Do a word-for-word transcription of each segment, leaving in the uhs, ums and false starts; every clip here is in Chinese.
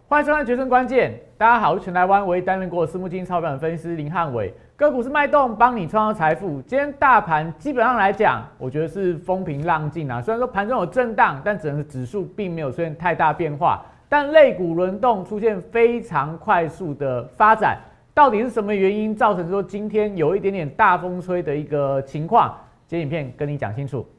欢迎收看《决胜关键》，大家好，我是全台湾唯一担任过私募基金操盘分析师林汉伟，个股是脉动，帮你创造财富。今天大盘基本上来讲，我觉得是风平浪静啊。虽然说盘中有震荡，但整个指数并没有出现太大变化。但类股轮动出现非常快速的发展，到底是什么原因造成说今天有一点点大风吹的一个情况？今天影片跟你讲清楚。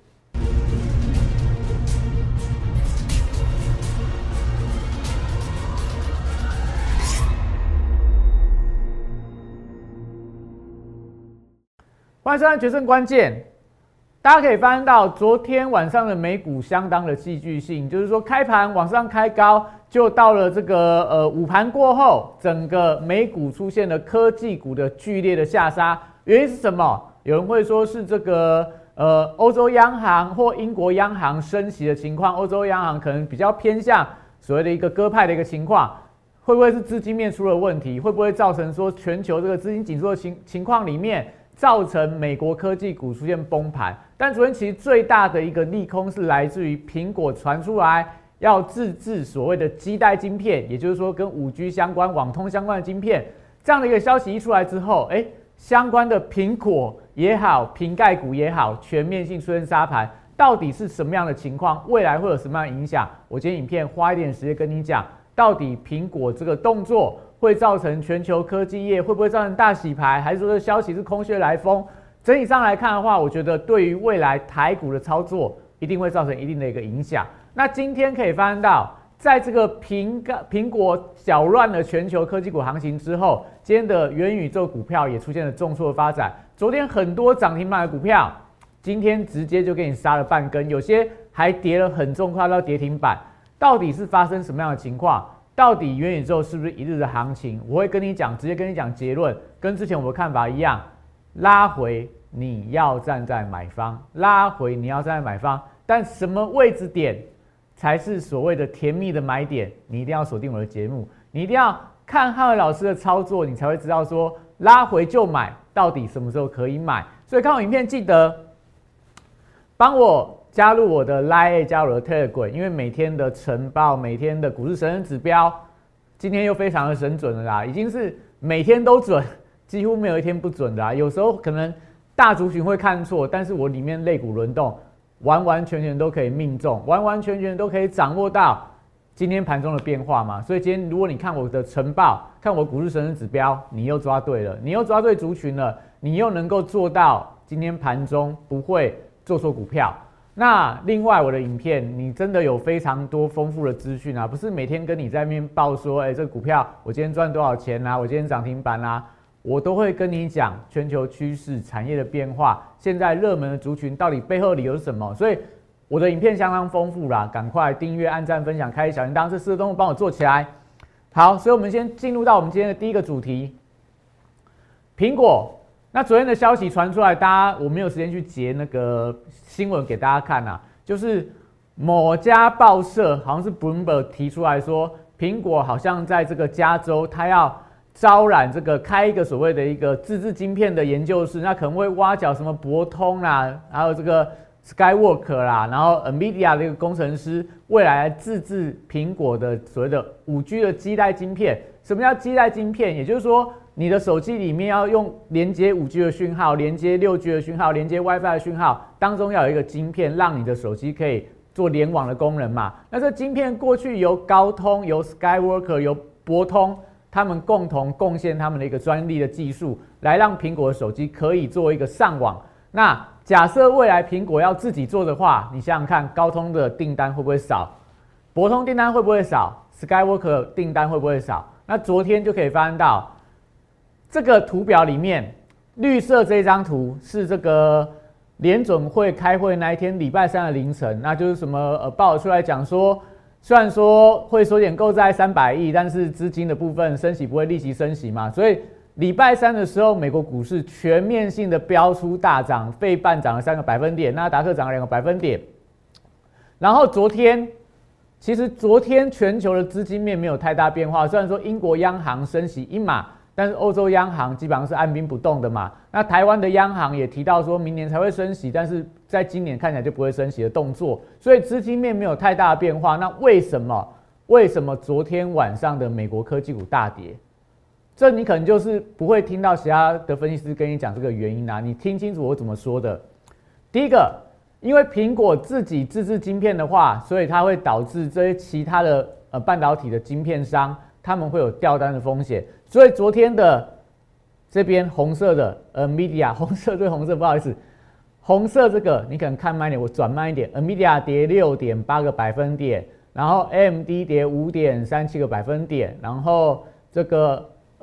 欢迎收看《决胜关键》。大家可以发现到，昨天晚上的美股相当的戏剧性，就是说开盘往上开高，就到了这个呃午盘过后，整个美股出现了科技股的剧烈的下杀。原因是什么？有人会说是这个呃欧洲央行或英国央行升息的情况，欧洲央行可能比较偏向所谓的一个鸽派的一个情况，会不会是资金面出了问题？会不会造成说全球这个资金紧缩的情情况里面？造成美国科技股出现崩盘，但昨天其实最大的一个利空是来自于苹果传出来要自制所谓的基带晶片，也就是说跟 五 G 相关、网通相关的晶片，这样的一个消息一出来之后，哎，相关的苹果也好、瓶盖股也好，全面性出现杀盘，到底是什么样的情况？未来会有什么样的影响？我今天影片花一点时间跟你讲，到底苹果这个动作会造成全球科技业会不会造成大洗牌，还是说这消息是空穴来风？整体上来看的话，我觉得对于未来台股的操作一定会造成一定的一个影响。那今天可以发现到，在这个苹苹果搅乱了全球科技股行情之后，今天的元宇宙股票也出现了重挫的发展。昨天很多涨停板的股票，今天直接就给你杀了半根，有些还跌了很重，快到跌停板。到底是发生什么样的情况？到底元宇宙是不是一日的行情？我会跟你讲，直接跟你讲结论，跟之前我的看法一样，拉回你要站在买方，拉回你要站在买方，但什么位置点才是所谓的甜蜜的买点？你一定要锁定我的节目，你一定要看汉伟老师的操作，你才会知道说拉回就买，到底什么时候可以买。所以看我影片记得帮我加入我的 Line， 加入我的 Telegram， 因为每天的晨报、每天的股市神人指标，今天又非常的神准了啦，已经是每天都准，几乎没有一天不准的啦。有时候可能大族群会看错，但是我里面类股轮动，完完全全都可以命中，完完全全都可以掌握到今天盘中的变化嘛。所以今天如果你看我的晨报，看我股市神人指标，你又抓对了，你又抓对族群了，你又能够做到今天盘中不会做错股票。那另外我的影片，你真的有非常多丰富的资讯啊，不是每天跟你在那边报说，哎、欸，这个股票我今天赚多少钱啊，我今天涨停板啊，我都会跟你讲全球趋势、产业的变化，现在热门的族群到底背后理由是什么。所以我的影片相当丰富啦，赶快订阅、按赞、分享、开小铃铛，这四个动作帮我做起来。好，所以我们先进入到我们今天的第一个主题，苹果。那昨天的消息传出来，大家我没有时间去截那个新闻给大家看啊，就是某家报社好像是 Bloomberg 提出来说，苹果好像在这个加州，它要招揽这个开一个所谓的一个自制晶片的研究室，那可能会挖角什么博通啦，还有这个 Skyworks 啦，然后 Nvidia 的一个工程师，未来自制苹果的所谓的 五 G 的基带晶片。什么叫基带晶片？也就是说，你的手机里面要用连接 五 G 的讯号，连接 六 G 的讯号，连接 WiFi 的讯号，当中要有一个晶片，让你的手机可以做联网的功能嘛。那这晶片过去由高通、由 Skyworks、由博通，他们共同贡献他们的一个专利的技术，来让苹果的手机可以做一个上网。那假设未来苹果要自己做的话，你想想看，高通的订单会不会少？博通订单会不会少 ？Skyworks 订单会不会少？那昨天就可以发现到，这个图表里面，绿色这张图是这个联准会开会那一天，礼拜三的凌晨，那就是什么呃报出来讲说，虽然说会缩减购债三百亿，但是资金的部分升息不会立即升息嘛，所以礼拜三的时候，美国股市全面性的飙出大涨，费半涨了三个百分点，纳达克涨了两个百分点，然后昨天。其实昨天全球的资金面没有太大变化，虽然说英国央行升息一码，但是欧洲央行基本上是按兵不动的嘛。那台湾的央行也提到说明年才会升息，但是在今年看起来就不会升息的动作，所以资金面没有太大的变化。那为什么为什么昨天晚上的美国科技股大跌？这你可能就是不会听到其他的分析师跟你讲这个原因啊，你听清楚我怎么说的。第一个，因为苹果自己自制晶片的话，所以它会导致这些其他的呃半导体的晶片商，他们会有掉单的风险。所以昨天的这边红色的 Nvidia， 红色对红色不好意思，红色这个你可能看慢一点，我转慢一点 ，Nvidia 跌 六点八 个百分点，然后 A M D 跌 五点三七 个百分点，然后这个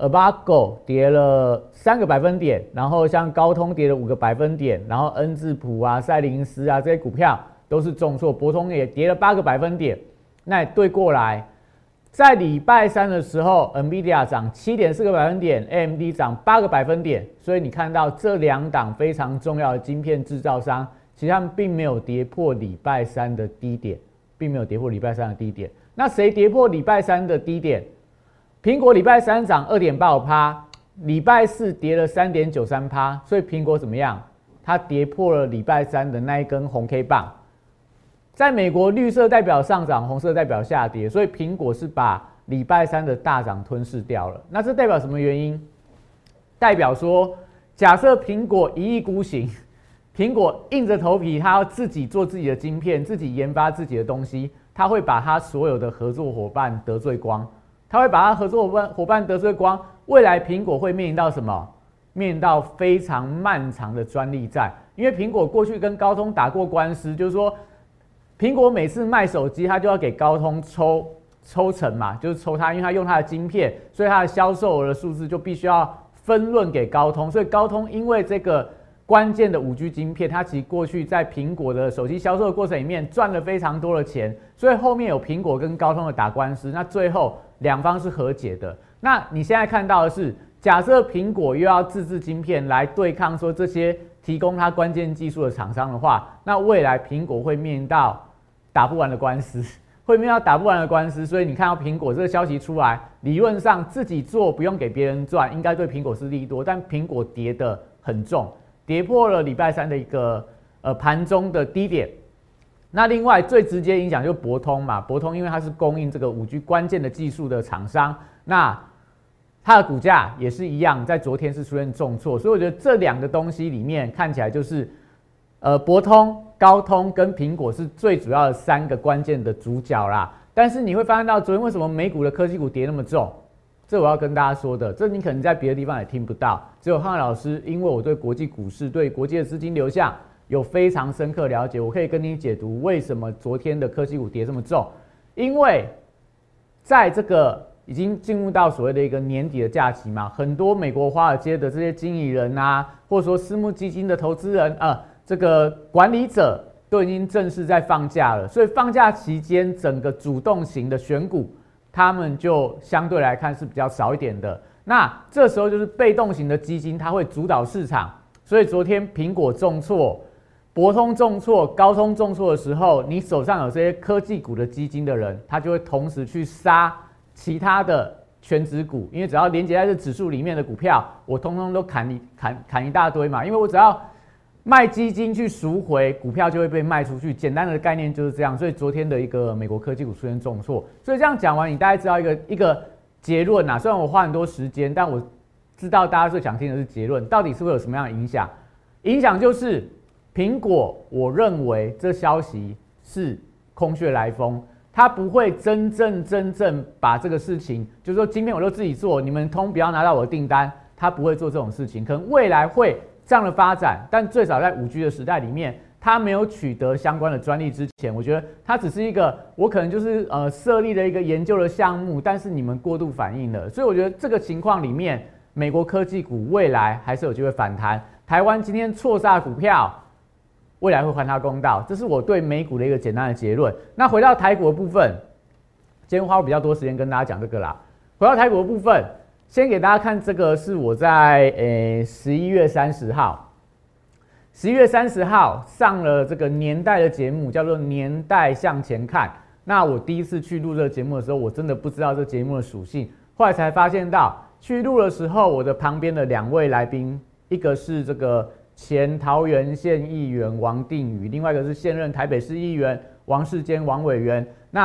Avago 跌了三个百分点，然后像高通跌了五个百分点，然后恩智浦啊、赛灵思啊这些股票都是重挫，博通也跌了八个百分点。那也对过来，在礼拜三的时候 ，Nvidia 涨七点四个百分点 ，A M D 涨八个百分点，所以你看到这两档非常重要的晶片制造商，其实他们并没有跌破礼拜三的低点，并没有跌破礼拜三的低点。那谁跌破礼拜三的低点？苹果礼拜三涨 二点八五%， 礼拜四跌了 三点九三%， 所以苹果怎么样？它跌破了礼拜三的那一根红 K 棒。在美国，绿色代表上涨，红色代表下跌，所以苹果是把礼拜三的大涨吞噬掉了。那这代表什么原因？代表说，假设苹果一意孤行，苹果硬着头皮，它要自己做自己的晶片，自己研发自己的东西，它会把它所有的合作伙伴得罪光。他会把他合作伙伴伙伴得罪光，未来苹果会面临到什么？面临到非常漫长的专利战，因为苹果过去跟高通打过官司，就是说，苹果每次卖手机，它就要给高通抽抽成嘛，就是抽它，因为它用它的晶片，所以它的销售额的数字就必须要分润给高通，所以高通因为这个关键的 五 G 晶片，它其实过去在苹果的手机销售的过程里面赚了非常多的钱，所以后面有苹果跟高通的打官司，那最后两方是和解的。那你现在看到的是，假设苹果又要自制晶片来对抗说这些提供它关键技术的厂商的话，那未来苹果会面临到打不完的官司，会面临到打不完的官司。所以你看到苹果这个消息出来，理论上自己做不用给别人赚，应该对苹果是利多，但苹果跌得很重，跌破了礼拜三的一个呃盘中的低点。那另外最直接影响就是博通嘛，博通因为它是供应这个 五 G 关键的技术的厂商，那它的股价也是一样，在昨天是出现重挫，所以我觉得这两个东西里面看起来就是，呃，博通、高通跟苹果是最主要的三个关键的主角啦。但是你会发现到昨天为什么美股的科技股跌那么重？这我要跟大家说的，这你可能在别的地方也听不到，只有汉老师，因为我对国际股市、对国际的资金流向有非常深刻了解，我可以跟你解读为什么昨天的科技股跌这么重。因为在这个已经进入到所谓的一个年底的假期嘛，很多美国华尔街的这些经理人啊，或者说私募基金的投资人啊、呃，这个管理者都已经正式在放假了，所以放假期间整个主动型的选股，他们就相对来看是比较少一点的。那这时候就是被动型的基金，它会主导市场，所以昨天苹果重挫，博通重挫，高通重挫的时候，你手上有这些科技股的基金的人，他就会同时去杀其他的全指股，因为只要连接在这指数里面的股票，我通通都砍一砍砍一大堆嘛，因为我只要卖基金去赎回，股票就会被卖出去。简单的概念就是这样，所以昨天的一个美国科技股出现重挫。所以这样讲完，你大概知道一个一个结论啊。虽然我花很多时间，但我知道大家最想听的是结论，到底是会有什么样的影响？影响就是苹果，我认为这消息是空穴来风，它不会真正真正把这个事情，就是说晶片我都自己做，你们通不要拿到我的订单，它不会做这种事情。可能未来会这样的发展，但最少在 五 G 的时代里面，它没有取得相关的专利之前，我觉得它只是一个我可能就是呃设立了一个研究的项目，但是你们过度反应了，所以我觉得这个情况里面，美国科技股未来还是有机会反弹。台湾今天错杀股票，未来会还它公道，这是我对美股的一个简单的结论。那回到台股的部分，今天花比较多时间跟大家讲这个啦。回到台股的部分，先给大家看这个是我在诶十一月三十号，十一月三十号上了这个年代的节目，叫做《年代向前看》。那我第一次去录这个节目的时候，我真的不知道这节目的属性，后来才发现到去录的时候，我的旁边的两位来宾，一个是这个前桃园县议员王定宇，另外一个是现任台北市议员王世坚王委员。那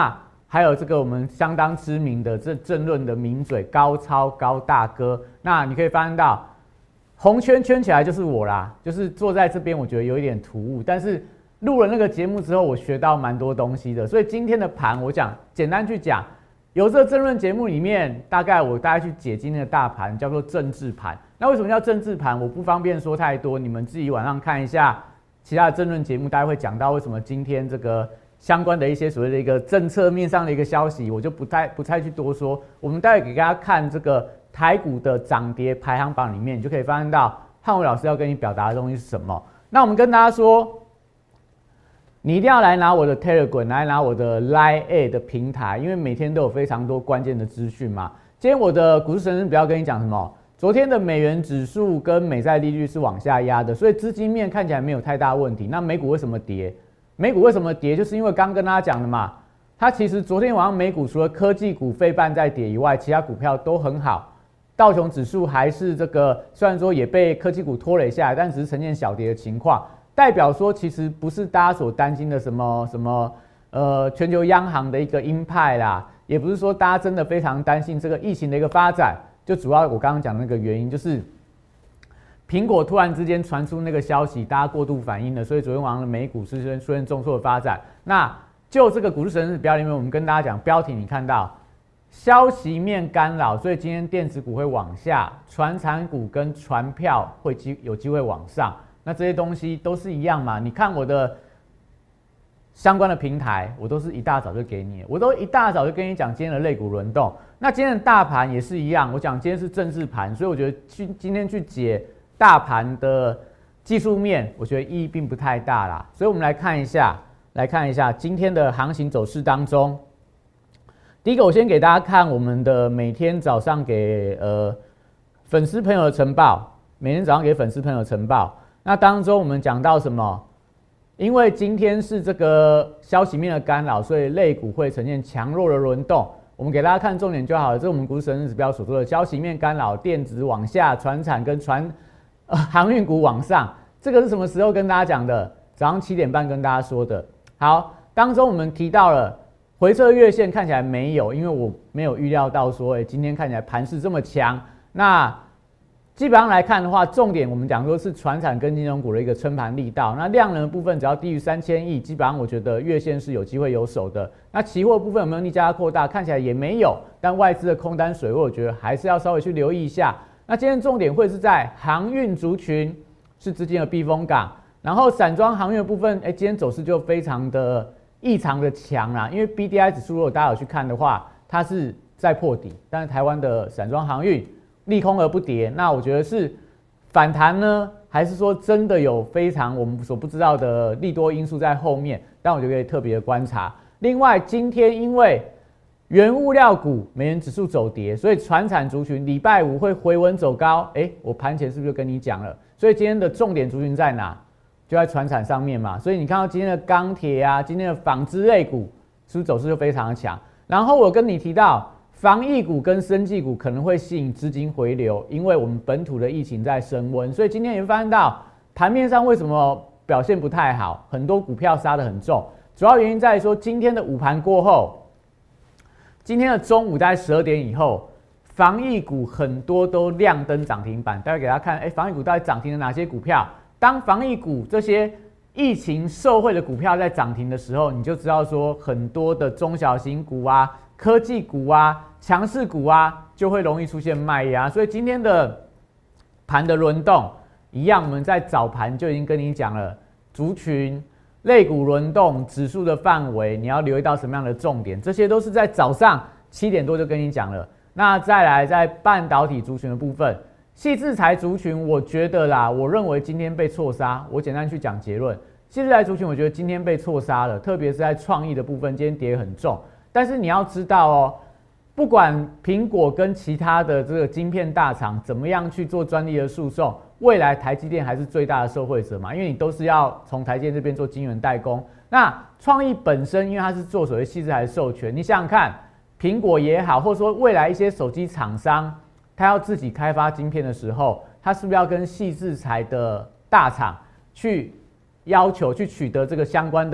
还有这个我们相当知名的这政论的名嘴高超高大哥。那你可以发现到红圈圈起来就是我啦，就是坐在这边，我觉得有一点突兀，但是录了那个节目之后，我学到蛮多东西的。所以今天的盘，我讲简单去讲，由这个政论节目里面，大概我大概去解今天的大盘，叫做政治盘。那为什么叫政治盘？我不方便说太多，你们自己晚上看一下其他的政论节目，大家会讲到为什么今天这个相关的一些所谓的一个政策面上的一个消息，我就不太不太去多说。我们待会给大家看这个台股的涨跌排行榜里面，你就可以发现到汉伟老师要跟你表达的东西是什么。那我们跟大家说，你一定要来拿我的 Telegram， 来拿我的 Line A 的平台，因为每天都有非常多关键的资讯嘛。今天我的股市神人不要跟你讲什么，昨天的美元指数跟美债利率是往下压的，所以资金面看起来没有太大问题。那美股为什么跌？美股为什么跌？就是因为刚跟大家讲的嘛，它其实昨天晚上美股除了科技股费半在跌以外，其他股票都很好。道琼指数还是这个，虽然说也被科技股拖累下来，但只是呈现小跌的情况。代表说，其实不是大家所担心的什么什么呃全球央行的一个鹰派啦，也不是说大家真的非常担心这个疫情的一个发展，就主要我刚刚讲的那个原因，就是苹果突然之间传出那个消息，大家过度反应了，所以昨天晚上的美股是出现重挫的发展。那就这个股市神指标里面，我们跟大家讲标题，你看到消息面干扰，所以今天电子股会往下，传产股跟传票会机有机会往上。那这些东西都是一样嘛？你看我的相关的平台，我都是一大早就给你，我都一大早就跟你讲今天的类股轮动。那今天的大盘也是一样，我讲今天是政治盘，所以我觉得去今天去解大盘的技术面，我觉得意义并不太大啦。所以我们来看一下，来看一下今天的行情走势当中，第一个我先给大家看我们的每天早上给呃粉丝朋友的晨报，每天早上给粉丝朋友的晨报。那当中我们讲到什么？因为今天是这个消息面的干扰，所以类股会呈现强弱的轮动。我们给大家看重点就好了，这是我们股市神指标所说的消息面干扰，电子往下，传产跟传呃航运股往上。这个是什么时候跟大家讲的？早上七点半跟大家说的。好，当中我们提到了回撤月线看起来没有，因为我没有预料到说，哎，今天看起来盘势这么强。那基本上来看的话，重点我们讲说是传产跟金融股的一个撑盘力道。那量能的部分只要低于三千亿，基本上我觉得月线是有机会有手的。那期货部分有没有逆价扩大？看起来也没有，但外资的空单水位，我觉得还是要稍微去留意一下。那今天重点会是在航运族群是资金的避风港，然后散装航运的部分，哎，今天走势就非常的异常的强啦。因为 B D I 指数如果大家有去看的话，它是在破底，但是台湾的散装航运利空而不跌，那我觉得是反弹呢，还是说真的有非常我们所不知道的利多因素在后面？但我就可以特别的观察。另外，今天因为原物料股美元指数走跌，所以传产族群礼拜五会回稳走高。哎，我盘前是不是就跟你讲了？所以今天的重点族群在哪？就在传产上面嘛。所以你看到今天的钢铁啊，今天的纺织类股是不是走势就非常的强？然后我跟你提到，防疫股跟生技股可能会吸引资金回流，因为我们本土的疫情在升温，所以今天也发现到盘面上为什么表现不太好，很多股票杀得很重，主要原因在于说今天的午盘过后，今天的中午大概十二点以后，防疫股很多都亮灯涨停板。待会给大家看，哎，防疫股到底涨停了哪些股票？当防疫股这些疫情受惠的股票在涨停的时候，你就知道说很多的中小型股啊、科技股啊、强势股啊，就会容易出现卖压。所以今天的盘的轮动一样，我们在早盘就已经跟你讲了，族群、类股轮动、指数的范围，你要留意到什么样的重点，这些都是在早上七点多就跟你讲了。那再来，在半导体族群的部分，矽智财族群，我觉得啦，我认为今天被错杀。我简单去讲结论，矽智财族群，我觉得今天被错杀了，特别是在创意的部分，今天跌很重。但是你要知道哦，不管苹果跟其他的这个晶片大厂怎么样去做专利的诉讼，未来台积电还是最大的受惠者嘛，因为你都是要从台积电这边做晶圆代工。那创意本身，因为它是做所谓矽智财的授权，你想想看，苹果也好，或者说未来一些手机厂商，他要自己开发晶片的时候，他是不是要跟矽智财的大厂去要求去取得这个相关的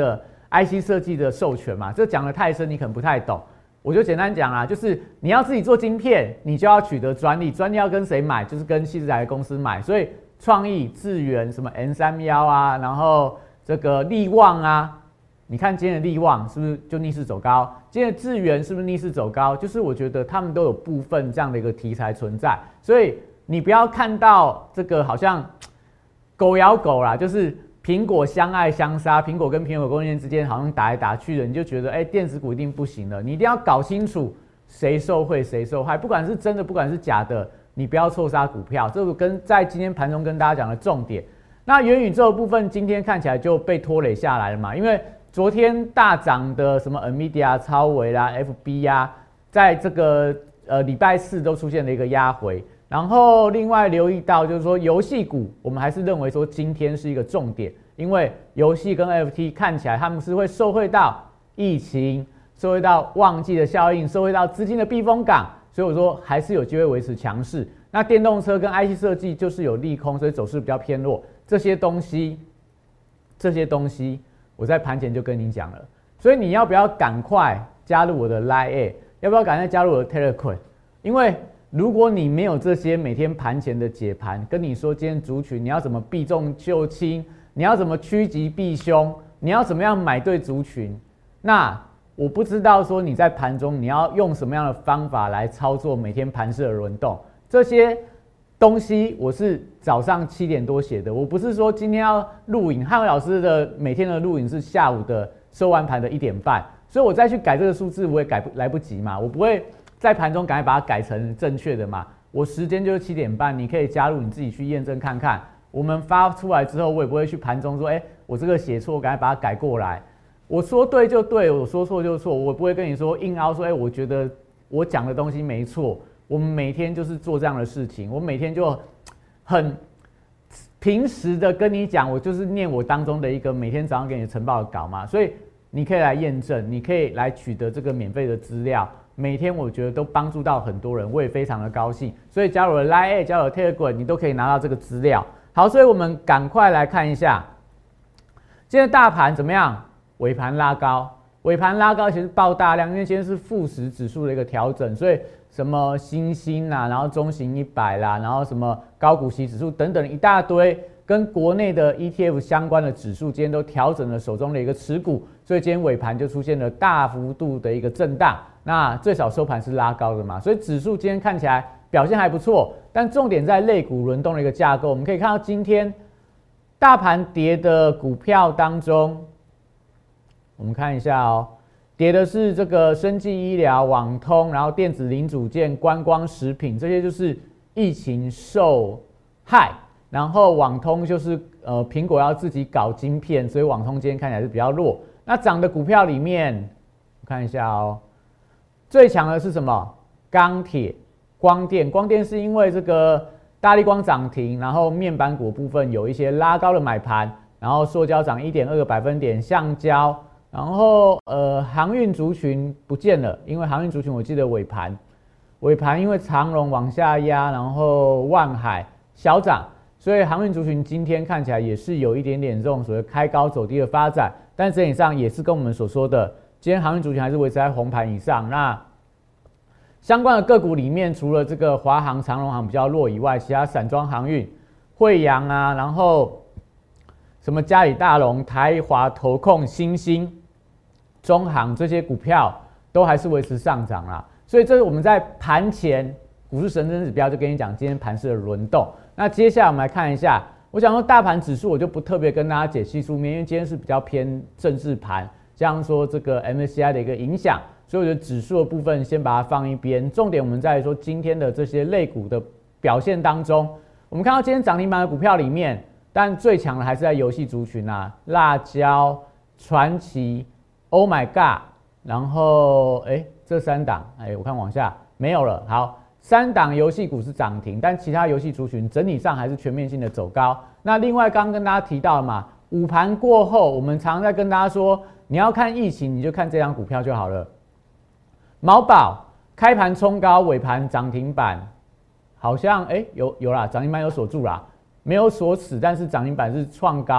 I C 设计的授权嘛，这讲得太深，你可能不太懂。我就简单讲啦，就是你要自己做晶片，你就要取得专利，专利要跟谁买？就是跟矽智财的公司买。所以创意、智原、什么 N 三十一 啊，然后这个力旺啊，你看今天的力旺是不是就逆势走高？今天的智原是不是逆势走高？就是我觉得他们都有部分这样的一个题材存在，所以你不要看到这个好像狗咬狗啦，就是苹果相爱相杀，苹果跟苹果供应链之间好像打来打去的，你就觉得哎、欸，电子股一定不行了。你一定要搞清楚谁受惠谁受害，不管是真的，不管是假的，你不要错杀股票。这个跟在今天盘中跟大家讲的重点。那元宇宙的部分，今天看起来就被拖累下来了嘛，因为昨天大涨的什么 Nvidia、超微啦、F B 啊，在这个呃礼拜四都出现了一个压回。然后另外留意到就是说游戏股，我们还是认为说今天是一个重点，因为游戏跟 N F T 看起来他们是会受惠到疫情，受惠到旺季的效应，受惠到资金的避风港，所以我说还是有机会维持强势。那电动车跟 I C 设计就是有利空，所以走势比较偏弱。这些东西，这些东西我在盘前就跟你讲了，所以你要不要赶快加入我的 Line？ 要不要赶快加入我的 Telegram？ 因为如果你没有这些每天盘前的解盘，跟你说今天族群你要怎么避重就轻，你要怎么趋吉避凶，你要怎么样买对族群，那我不知道说你在盘中你要用什么样的方法来操作每天盘势的轮动，这些东西我是早上七点多写的，我不是说今天要录影，汉伟老师的每天的录影是下午的收完盘的一点半，所以我再去改这个数字我也改不来不及嘛，我不会在盘中赶快把它改成正确的嘛，我时间就是七点半，你可以加入，你自己去验证看看。我们发出来之后，我也不会去盘中说，哎、欸，我这个写错，赶快把它改过来。我说对就对，我说错就错，我不会跟你说硬凹说，哎、欸，我觉得我讲的东西没错。我们每天就是做这样的事情，我每天就很平时的跟你讲，我就是念我当中的一个每天早上给你晨报的稿嘛，所以你可以来验证，你可以来取得这个免费的资料。每天我觉得都帮助到很多人，我也非常的高兴。所以加入了 Line， 加入了 Telegram， 你都可以拿到这个资料。好，所以我们赶快来看一下，今天的大盘怎么样？尾盘拉高，尾盘拉高其实爆大量，因为今天是富时指数的一个调整，所以什么新兴啦，然后中型一百啦，然后什么高股息指数等等一大堆，跟国内的 E T F 相关的指数，今天都调整了手中的一个持股，所以今天尾盘就出现了大幅度的一个震荡。那最少收盘是拉高的嘛，所以指数今天看起来表现还不错，但重点在类股轮动的一个架构。我们可以看到今天大盘跌的股票当中，我们看一下哦，跌的是这个生技医疗、网通，然后电子零组件、观光食品，这些就是疫情受害。然后网通就是呃苹果要自己搞晶片，所以网通今天看起来是比较弱。那涨的股票里面，我看一下哦。最强的是什么？钢铁、光电。光电是因为这个大立光涨停，然后面板股部分有一些拉高的买盘，然后塑胶涨 一点二 个百分点，橡胶，然后呃航运族群不见了，因为航运族群我记得尾盘，尾盘因为长荣往下压，然后万海小涨，所以航运族群今天看起来也是有一点点这种所谓开高走低的发展，但整体上也是跟我们所说的。今天航运族群还是维持在红盘以上，那相关的个股里面，除了这个华航、长荣航比较弱以外，其他散装航运、惠阳啊，然后什么嘉里大荣、台华投控、新兴、中航这些股票都还是维持上涨啦。所以这是我们在盘前股市神针指标就跟你讲今天盘势的轮动。那接下来我们来看一下，我想说大盘指数我就不特别跟大家解析书面，因为今天是比较偏政治盘。加上说这个 M S C I 的一个影响，所以我觉得指数的部分先把它放一边。重点我们在说今天的这些类股的表现当中，我们看到今天涨停板的股票里面，但最强的还是在游戏族群啊，辣椒、传奇、Oh My God， 然后哎这三档哎我看往下没有了。好，三档游戏股是涨停，但其他游戏族群整体上还是全面性的走高。那另外刚刚跟大家提到嘛，午盘过后，我们常常在跟大家说。你要看疫情，你就看这张股票就好了。毛宝开盘冲高，尾盘涨停板，好像哎、欸、有有啦，涨停板有锁住啦，没有锁死，但是涨停板是创高，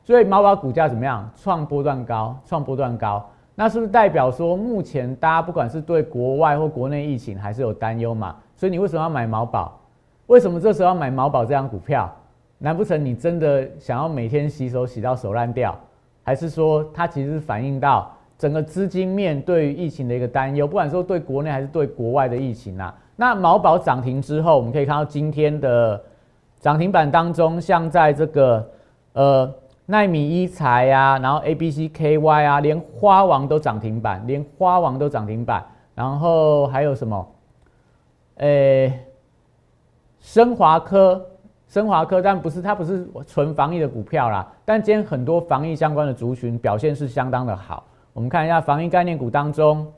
所以毛宝股价怎么样？创波段高，创波段高。那是不是代表说，目前大家不管是对国外或国内疫情还是有担忧嘛？所以你为什么要买毛宝？为什么这时候要买毛宝这张股票？难不成你真的想要每天洗手洗到手烂掉？还是说它其实是反映到整个资金面对于疫情的一个担忧，不管说对国内还是对国外的疫情啊？那毛宝涨停之后，我们可以看到今天的涨停板当中，像在这个呃。奈米医材啊，然后 A B C K Y 啊，连花王都涨停板，连花王都涨停板，然后还有什么？诶，升华科，升华科，但不是它不是纯防疫的股票啦，但今天很多防疫相关的族群表现是相当的好。我们看一下防疫概念股当中，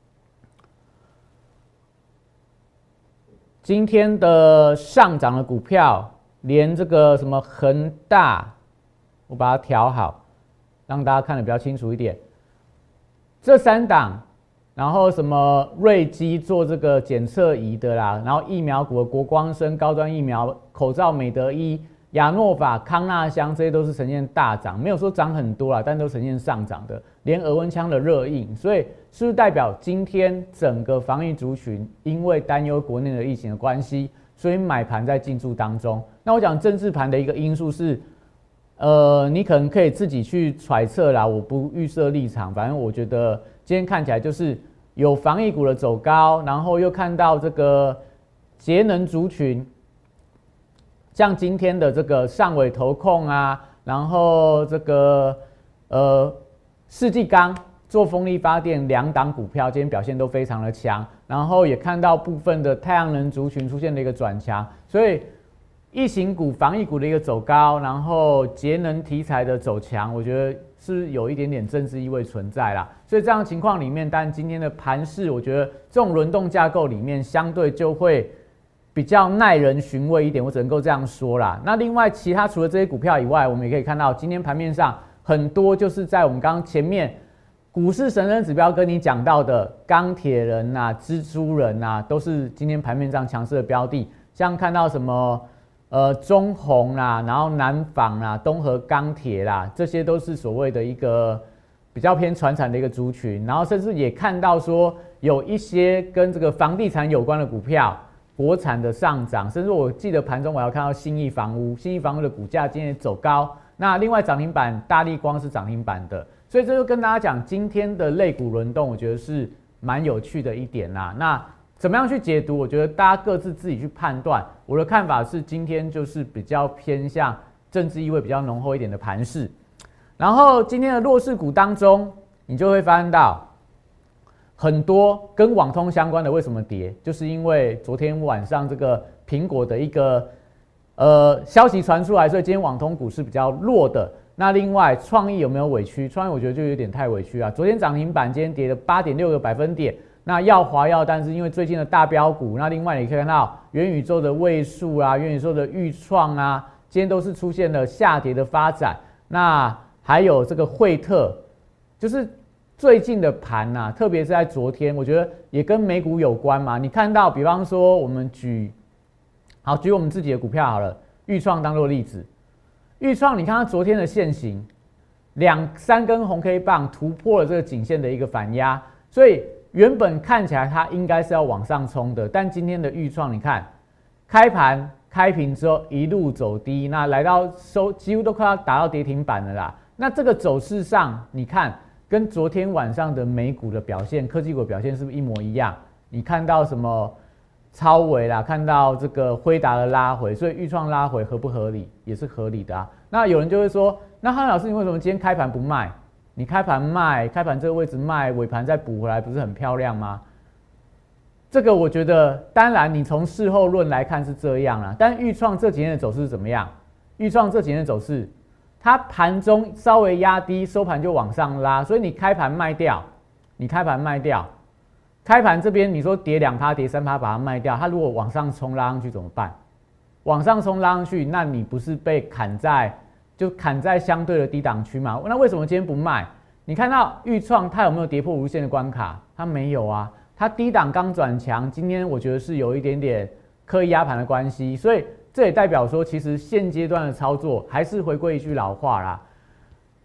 今天的上涨的股票，连这个什么恒大。我把它调好，让大家看得比较清楚一点。这三档，然后什么瑞基做这个检测仪的啦，然后疫苗股的国光生高端疫苗、口罩美德医、亚诺法、康纳香，这些都是呈现大涨，没有说涨很多啦，但都呈现上涨的。连额温枪的热映，所以是不是代表今天整个防疫族群因为担忧国内的疫情的关系，所以买盘在进驻当中？那我讲政治盘的一个因素是。呃，你可能可以自己去揣测啦，我不预设立场。反正我觉得今天看起来就是有防疫股的走高，然后又看到这个节能族群，像今天的这个上尾投控啊，然后这个呃世纪钢做风力发电两档股票，今天表现都非常的强，然后也看到部分的太阳能族群出现了一个转强，所以。疫情股、防疫股的一个走高，然后节能题材的走强，我觉得是有一点点政治意味存在啦。所以这样的情况里面，但今天的盘势，我觉得这种轮动架构里面，相对就会比较耐人寻味一点，我只能够这样说啦。那另外，其他除了这些股票以外，我们也可以看到，今天盘面上很多就是在我们刚刚前面股市神人指标跟你讲到的钢铁人啊、蜘蛛人啊，都是今天盘面上强势的标的，像看到什么。呃，中宏啦，然后南纺啦，东和钢铁啦，这些都是所谓的一个比较偏传产的一个族群，然后甚至也看到说有一些跟这个房地产有关的股票，国产的上涨，甚至我记得盘中我要看到信义房屋，信义房屋的股价今天走高，那另外涨停板大立光是涨停板的，所以这就跟大家讲，今天的类股轮动，我觉得是蛮有趣的一点啦。那怎么样去解读？我觉得大家各自自己去判断。我的看法是，今天就是比较偏向政治意味比较浓厚一点的盘势。然后今天的弱势股当中，你就会发现到很多跟网通相关的为什么跌，就是因为昨天晚上这个苹果的一个呃消息传出来，所以今天网通股是比较弱的。那另外创意有没有委屈？创意我觉得就有点太委屈啊！昨天涨停板，今天跌了八点六个百分点。那耀华耀，但是因为最近的大标股，那另外你可以看到元宇宙的位数啊，元宇宙的预创啊，今天都是出现了下跌的发展。那还有这个惠特，就是最近的盘啊，特别是在昨天，我觉得也跟美股有关嘛。你看到，比方说我们举，好举我们自己的股票好了，预创当做例子，预创你看它昨天的线型，两三根红 K 棒突破了这个颈线的一个反压，所以。原本看起来它应该是要往上冲的，但今天的预创，你看开盘开平之后一路走低，那来到收几乎都快要达到跌停板了啦。那这个走势上，你看跟昨天晚上的美股的表现、科技股的表现是不是一模一样？你看到什么超微啦，看到这个辉达的拉回，所以预创拉回合不合理？也是合理的啊。那有人就会说，那汉老师你为什么今天开盘不卖？你开盘卖，开盘这个位置卖，尾盘再补回来，不是很漂亮吗？这个我觉得，当然你从事后论来看是这样啦。但预创这几天的走势是怎么样？预创这几天的走势，它盘中稍微压低，收盘就往上拉，所以你开盘卖掉，你开盘卖掉，开盘这边你说跌两趴、跌三趴把它卖掉，它如果往上冲拉上去怎么办？往上冲拉上去，那你不是被砍在？就砍在相对的低档区嘛，那为什么今天不卖？你看到预创它有没有跌破无限的关卡？它没有啊，它低档刚转强，今天我觉得是有一点点刻意压盘的关系，所以这也代表说，其实现阶段的操作还是回归一句老话啦，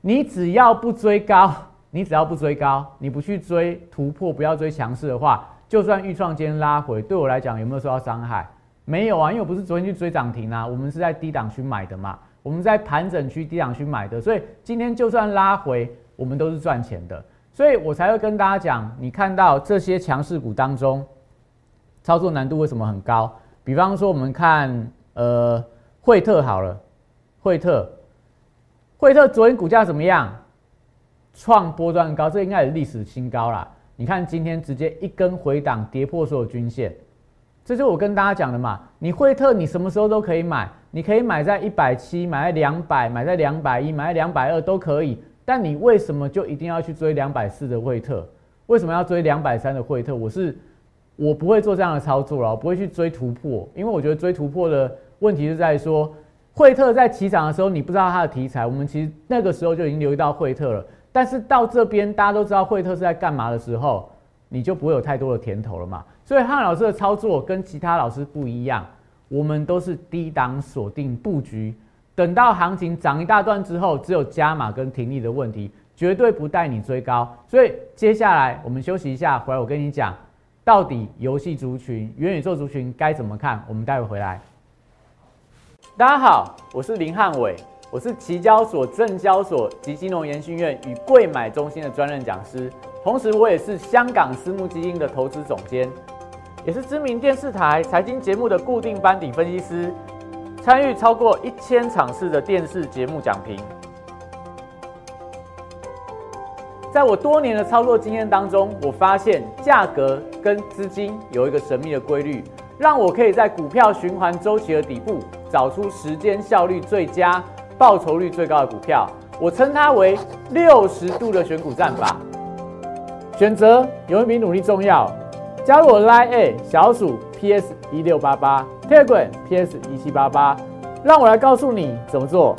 你只要不追高，你只要不追高，你不去追突破，不要追强势的话，就算预创今天拉回，对我来讲有没有受到伤害？没有啊，因为我不是昨天去追涨停啊，我们是在低档区买的嘛，我们在盘整区低档区买的，所以今天就算拉回，我们都是赚钱的，所以我才会跟大家讲，你看到这些强势股当中，操作难度为什么很高？比方说我们看呃惠特好了，惠特，惠特昨天股价怎么样？创波段高，这应该也是历史新高啦。你看今天直接一根回档跌破所有均线。这就是我跟大家讲的嘛，你惠特你什么时候都可以买，你可以买在一百七，买在两百，买在两百一，买在两百二都可以。但你为什么就一定要去追两百四的惠特？为什么要追两百三的惠特？我是我不会做这样的操作了，我不会去追突破，因为我觉得追突破的问题是在说，惠特在起涨的时候你不知道它的题材，我们其实那个时候就已经留意到惠特了。但是到这边大家都知道惠特是在干嘛的时候，你就不会有太多的甜头了嘛。所以汉老师的操作跟其他老师不一样，我们都是低档锁定布局，等到行情涨一大段之后，只有加码跟停利的问题，绝对不带你追高。所以接下来我们休息一下，回来我跟你讲，到底游戏族群、元宇宙族群该怎么看？我们待会回来。大家好，我是林汉伟，我是期交所、证交所及金融研训院与贵买中心的专任讲师，同时我也是香港私募基金的投资总监，也是知名电视台财经节目的固定班底分析师，参与超过一千场次的电视节目讲评。在我多年的操作经验当中，我发现价格跟资金有一个神秘的规律，让我可以在股票循环周期的底部找出时间效率最佳、报酬率最高的股票。我称它为六十度的选股战法。选择永远比努力重要。加入我 Line A 小鼠 P S 一六八八 Telegram P S 一七八八，让我来告诉你怎么做。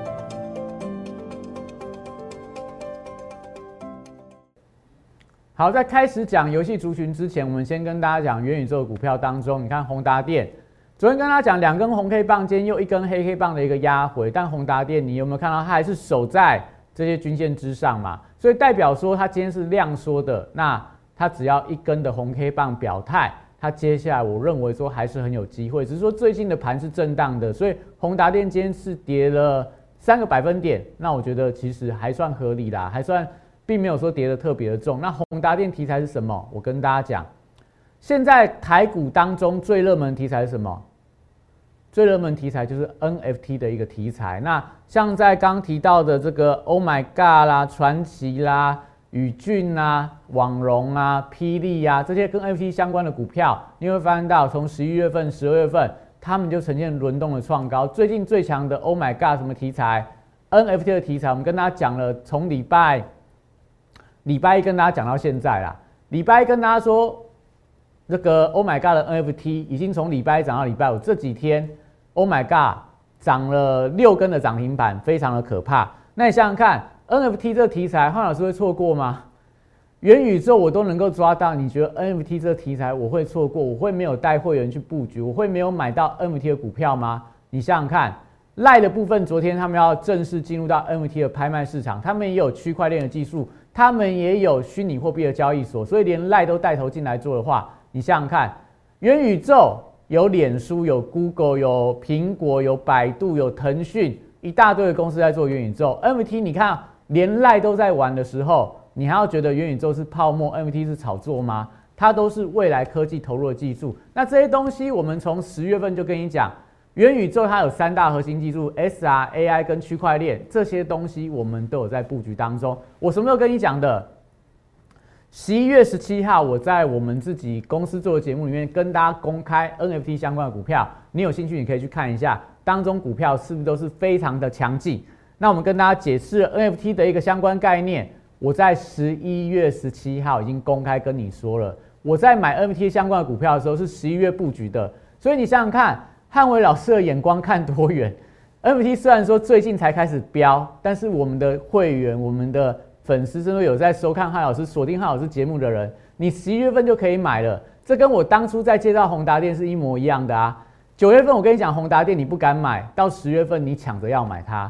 好，在开始讲游戏族群之前，我们先跟大家讲元宇宙的股票当中，你看宏达电，昨天跟大家讲两根红 K 棒，今天又一根黑 K 棒的一个压回，但宏达电你有没有看到它还是守在这些均线之上嘛？所以代表说它今天是量缩的，那它只要一根的红 K 棒表态，它接下来我认为说还是很有机会，只是说最近的盘是震荡的，所以宏达电今天是跌了三个百分点，那我觉得其实还算合理啦，还算并没有说跌得特别的重。那宏达电题材是什么？我跟大家讲，现在台股当中最热门题材是什么？最热门题材就是 N F T 的一个题材。那像在刚提到的这个 Oh My God 啦、传奇啦、宇峻啊、网荣啊、霹雳啊这些跟 N F T 相关的股票，你会发现到从十一月份、十二月份，他们就呈现轮动的创高。最近最强的 Oh My God 什么题材 ？N F T 的题材，我们跟大家讲了，从礼拜礼拜一跟大家讲到现在啦。礼拜一跟大家说，这个 Oh My God 的 N F T 已经从礼拜一涨到礼拜五，这几天 Oh My God 涨了六根的涨停板，非常的可怕。那你想想看 ，N F T 这个题材，汉老师会错过吗？元宇宙我都能够抓到，你觉得 N F T 这个题材我会错过？我会没有带会员去布局？我会没有买到 N F T 的股票吗？你想想看，赖的部分，昨天他们要正式进入到 N F T 的拍卖市场，他们也有区块链的技术，他们也有虚拟货币的交易所，所以连赖都带头进来做的话，你想想看，元宇宙有脸书、有 Google、有苹果、有百度、有腾讯，一大堆的公司在做元宇宙。N F T 你看，连赖都在玩的时候，你还要觉得元宇宙是泡沫 ，N F T 是炒作吗？它都是未来科技投入的技术。那这些东西，我们从十月份就跟你讲，元宇宙它有三大核心技术 ：S R、A I 跟区块链，这些东西我们都有在布局当中。我什么时候跟你讲的？十一月十七号，我在我们自己公司做的节目里面跟大家公开 N F T 相关的股票，你有兴趣你可以去看一下，当中股票是不是都是非常的强劲？那我们跟大家解释 N F T 的一个相关概念，我在十一月十七号已经公开跟你说了，我在买 N F T 相关的股票的时候是十一月布局的，所以你想想看，汉伟老师的眼光看多远 ？N F T 虽然说最近才开始飙，但是我们的会员、我们的粉丝真的有在收看汉老师、锁定汉老师节目的人，你十一月份就可以买了。这跟我当初在介绍宏达电是一模一样的啊。九月份我跟你讲宏达电你不敢买，到十月份你抢着要买它。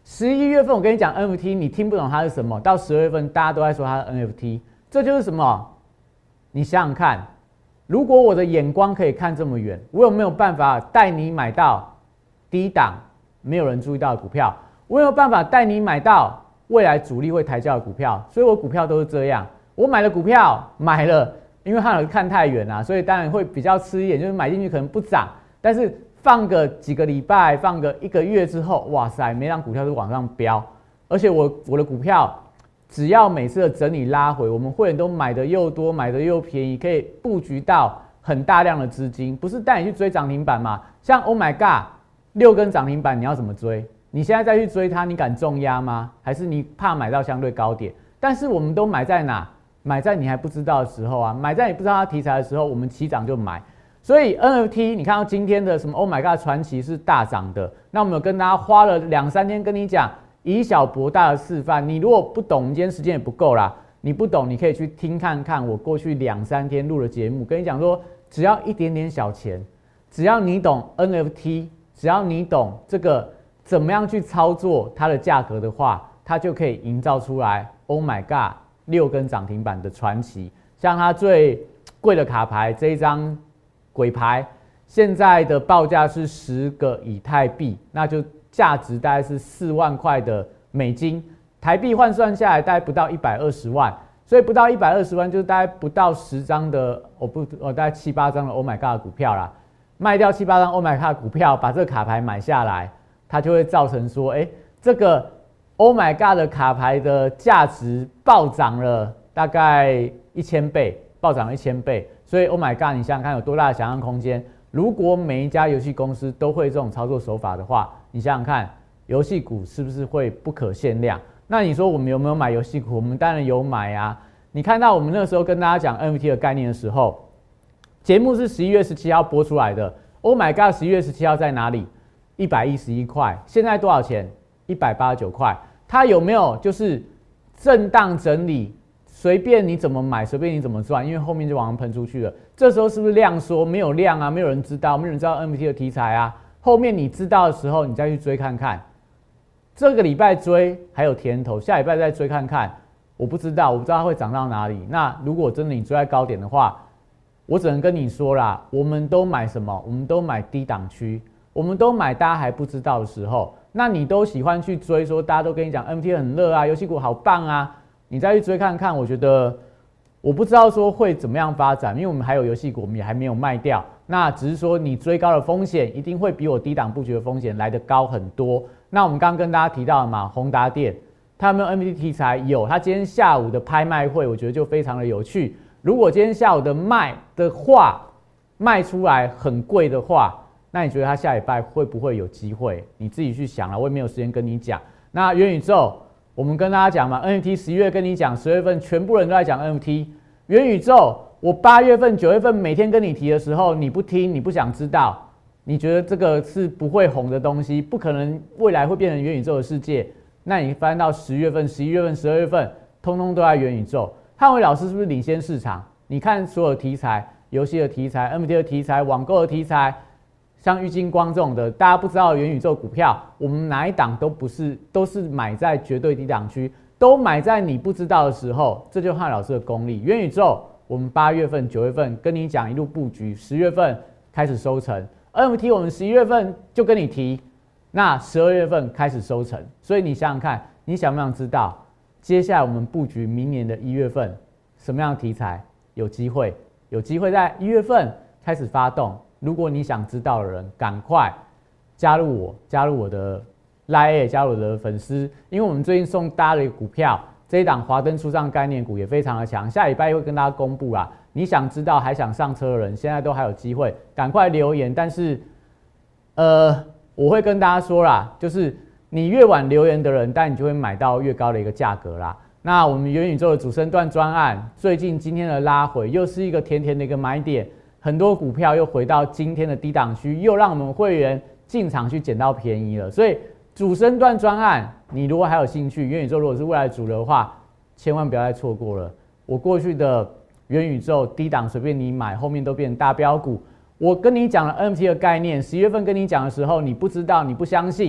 十一月份我跟你讲 N F T， 你听不懂它是什么，到十二月份大家都在说它是 N F T， 这就是什么？你想想看，如果我的眼光可以看这么远，我有没有办法带你买到低档没有人注意到的股票？我有没有办法带你买到未来主力会抬轿的股票？所以我股票都是这样，我买的股票买了，因为它有看太远啊，所以当然会比较吃一点，就是买进去可能不涨，但是放个几个礼拜，放个一个月之后，哇塞，每档股票都往上飙，而且我我的股票只要每次的整理拉回，我们会员都买的又多，买的又便宜，可以布局到很大量的资金，不是带你去追涨停板嘛？像 Oh my God， 六根涨停板你要怎么追？你现在再去追它，你敢重压吗？还是你怕买到相对高点？但是我们都买在哪？买在你还不知道的时候啊，买在你不知道它题材的时候，我们起涨就买。所以 N F T 你看到今天的什么 Oh my God 传奇是大涨的，那我们有跟大家花了两三天跟你讲以小博大的示范。你如果不懂，我们今天时间也不够啦，你不懂你可以去听看看我过去两三天录的节目，跟你讲说只要一点点小钱，只要你懂 N F T， 只要你懂这个怎么样去操作它的价格的话，它就可以营造出来 Oh my God 六根涨停板的传奇。像它最贵的卡牌这一张鬼牌，现在的报价是十个以太币，那就价值大概是四万块的美金，台币换算下来大概不到一百二十万，所以不到一百二十万就是大概不到十张的，哦不，哦大概七八张的 Oh my God 的股票啦，卖掉七八张 Oh my God 的股票，把这个卡牌买下来，它就会造成说，哎，这个 Oh my God 的卡牌的价值暴涨了大概一千倍，暴涨了一千倍。所以 Oh my God， 你想想看有多大的想象空间？如果每一家游戏公司都会这种操作手法的话，你想想看，游戏股是不是会不可限量？那你说我们有没有买游戏股？我们当然有买啊！你看到我们那个时候跟大家讲 N F T 的概念的时候，节目是十一月十七号播出来的。Oh my God， 十一月十七号在哪里？一百一十一块，现在多少钱？一百八十九块。它有没有就是震荡整理？随便你怎么买，随便你怎么赚，因为后面就往上喷出去了。这时候是不是量缩？没有量啊，没有人知道，没有人知道 N F T 的题材啊。后面你知道的时候，你再去追看看。这个礼拜追还有甜头，下礼拜再追看看。我不知道，我不知道它会涨到哪里。那如果真的你追在高点的话，我只能跟你说啦，我们都买什么？我们都买低档区，我们都买大家还不知道的时候。那你都喜欢去追，说大家都跟你讲 N F T 很热啊，游戏股好棒啊。你再去追看看，我觉得我不知道说会怎么样发展，因为我们还有游戏股，我们也还没有卖掉。那只是说你追高的风险一定会比我低档布局的风险来得高很多。那我们刚刚跟大家提到了嘛，宏达电它有没有 N F T 题材？有，它今天下午的拍卖会，我觉得就非常的有趣。如果今天下午的卖的话，卖出来很贵的话，那你觉得它下礼拜会不会有机会？你自己去想了，我也没有时间跟你讲。那元宇宙。我们跟大家讲嘛 ，N F T 十一月跟你讲，十月份全部人都在讲 N F T 元宇宙。我八月份、九月份每天跟你提的时候，你不听，你不想知道，你觉得这个是不会红的东西，不可能未来会变成元宇宙的世界。那你翻到十月份、十一月份、十二月份，通通都在元宇宙。汉伟老师是不是领先市场？你看所有题材，游戏的题材、N F T 的题材、网购的题材。像玉晶光这种的，大家不知道的元宇宙股票，我们哪一档都不是，都是买在绝对低档区，都买在你不知道的时候，这就是汉老师的功力。元宇宙，我们八月份、九月份跟你讲一路布局，十月份开始收成 ，N F T 我们十一月份就跟你提，那十二月份开始收成，所以你想想看，你想不想知道接下来我们布局明年的一月份什么样的题材有机会？有机会在一月份开始发动。如果你想知道的人，赶快加入我，加入我的 Line， 加入我的粉丝，因为我们最近送大家的一个股票，这一档华灯初上概念股也非常的强，下礼拜会跟大家公布啦。你想知道还想上车的人，现在都还有机会，赶快留言。但是，呃，我会跟大家说啦，就是你越晚留言的人，但你就会买到越高的一个价格啦。那我们元宇宙的主升段专案，最近今天的拉回，又是一个甜甜的一个买点。很多股票又回到今天的低档区，又让我们会员进场去捡到便宜了。所以主升段专案，你如果还有兴趣，元宇宙如果是未来主流的话，千万不要再错过了。我过去的元宇宙低档随便你买，后面都变成大标股。我跟你讲了 N F T 的概念，十一月份跟你讲的时候，你不知道，你不相信。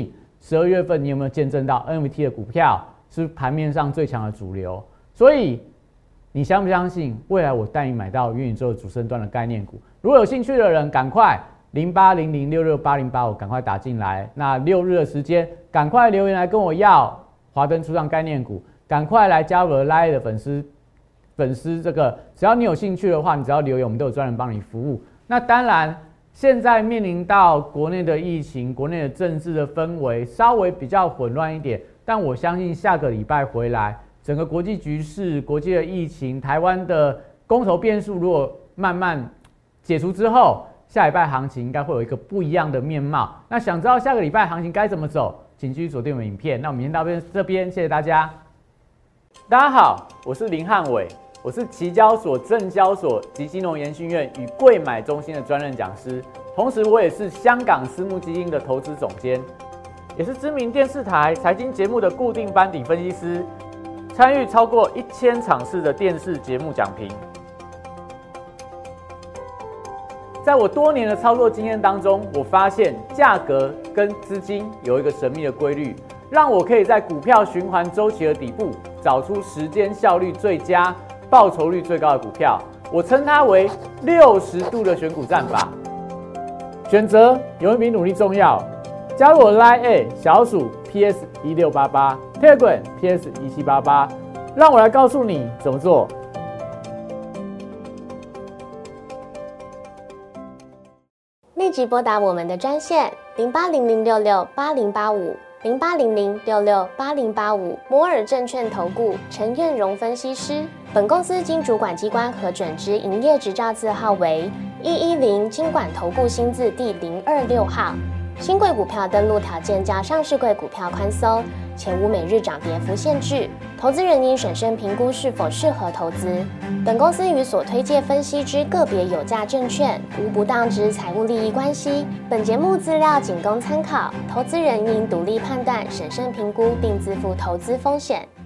十二月份你有没有见证到 N F T 的股票是盘面上最强的主流？所以你相不相信未来我带你买到元宇宙主升段的概念股？如果有兴趣的人，赶快零八零零六六八零八五赶快打进来。那六日的时间，赶快留言来跟我要华灯初上概念股，赶快来加入我的 Line 的粉丝粉丝这个，只要你有兴趣的话，你只要留言，我们都有专人帮你服务。那当然。现在面临到国内的疫情，国内的政治的氛围稍微比较混乱一点，但我相信下个礼拜回来，整个国际局势、国际的疫情、台湾的公投变数如果慢慢解除之后，下礼拜行情应该会有一个不一样的面貌。那想知道下个礼拜行情该怎么走，请继续锁定我们影片。那我们先到这边，谢谢大家。大家好，我是林汉伟。我是期交所、证交所及金融研训院与贵买中心的专任讲师，同时我也是香港私募基金的投资总监，也是知名电视台财经节目的固定班底分析师，参与超过一千场次的电视节目讲评。在我多年的操作经验当中，我发现价格跟资金有一个神秘的规律，让我可以在股票循环周期的底部找出时间效率最佳、报酬率最高的股票，我称它为六十度的选股战法。选择永远比努力重要。加入我 Line A 小鼠 P S 一六八八 Telegram P S 一七八八，让我来告诉你怎么做。 立即拨打我们的专线零八零零六六八零八五。零八零零六六八零八五摩尔证券投顾陈彦荣分析师，本公司经主管机关核准之营业执照字号为一一零金管投顾新字第零二六号。新贵股票登录条件较上市贵股票宽松，且无每日涨跌幅限制。投资人应审慎评估是否适合投资。本公司与所推介分析之个别有价证券无不当之财务利益关系。本节目资料仅供参考，投资人应独立判断、审慎评估并自负投资风险。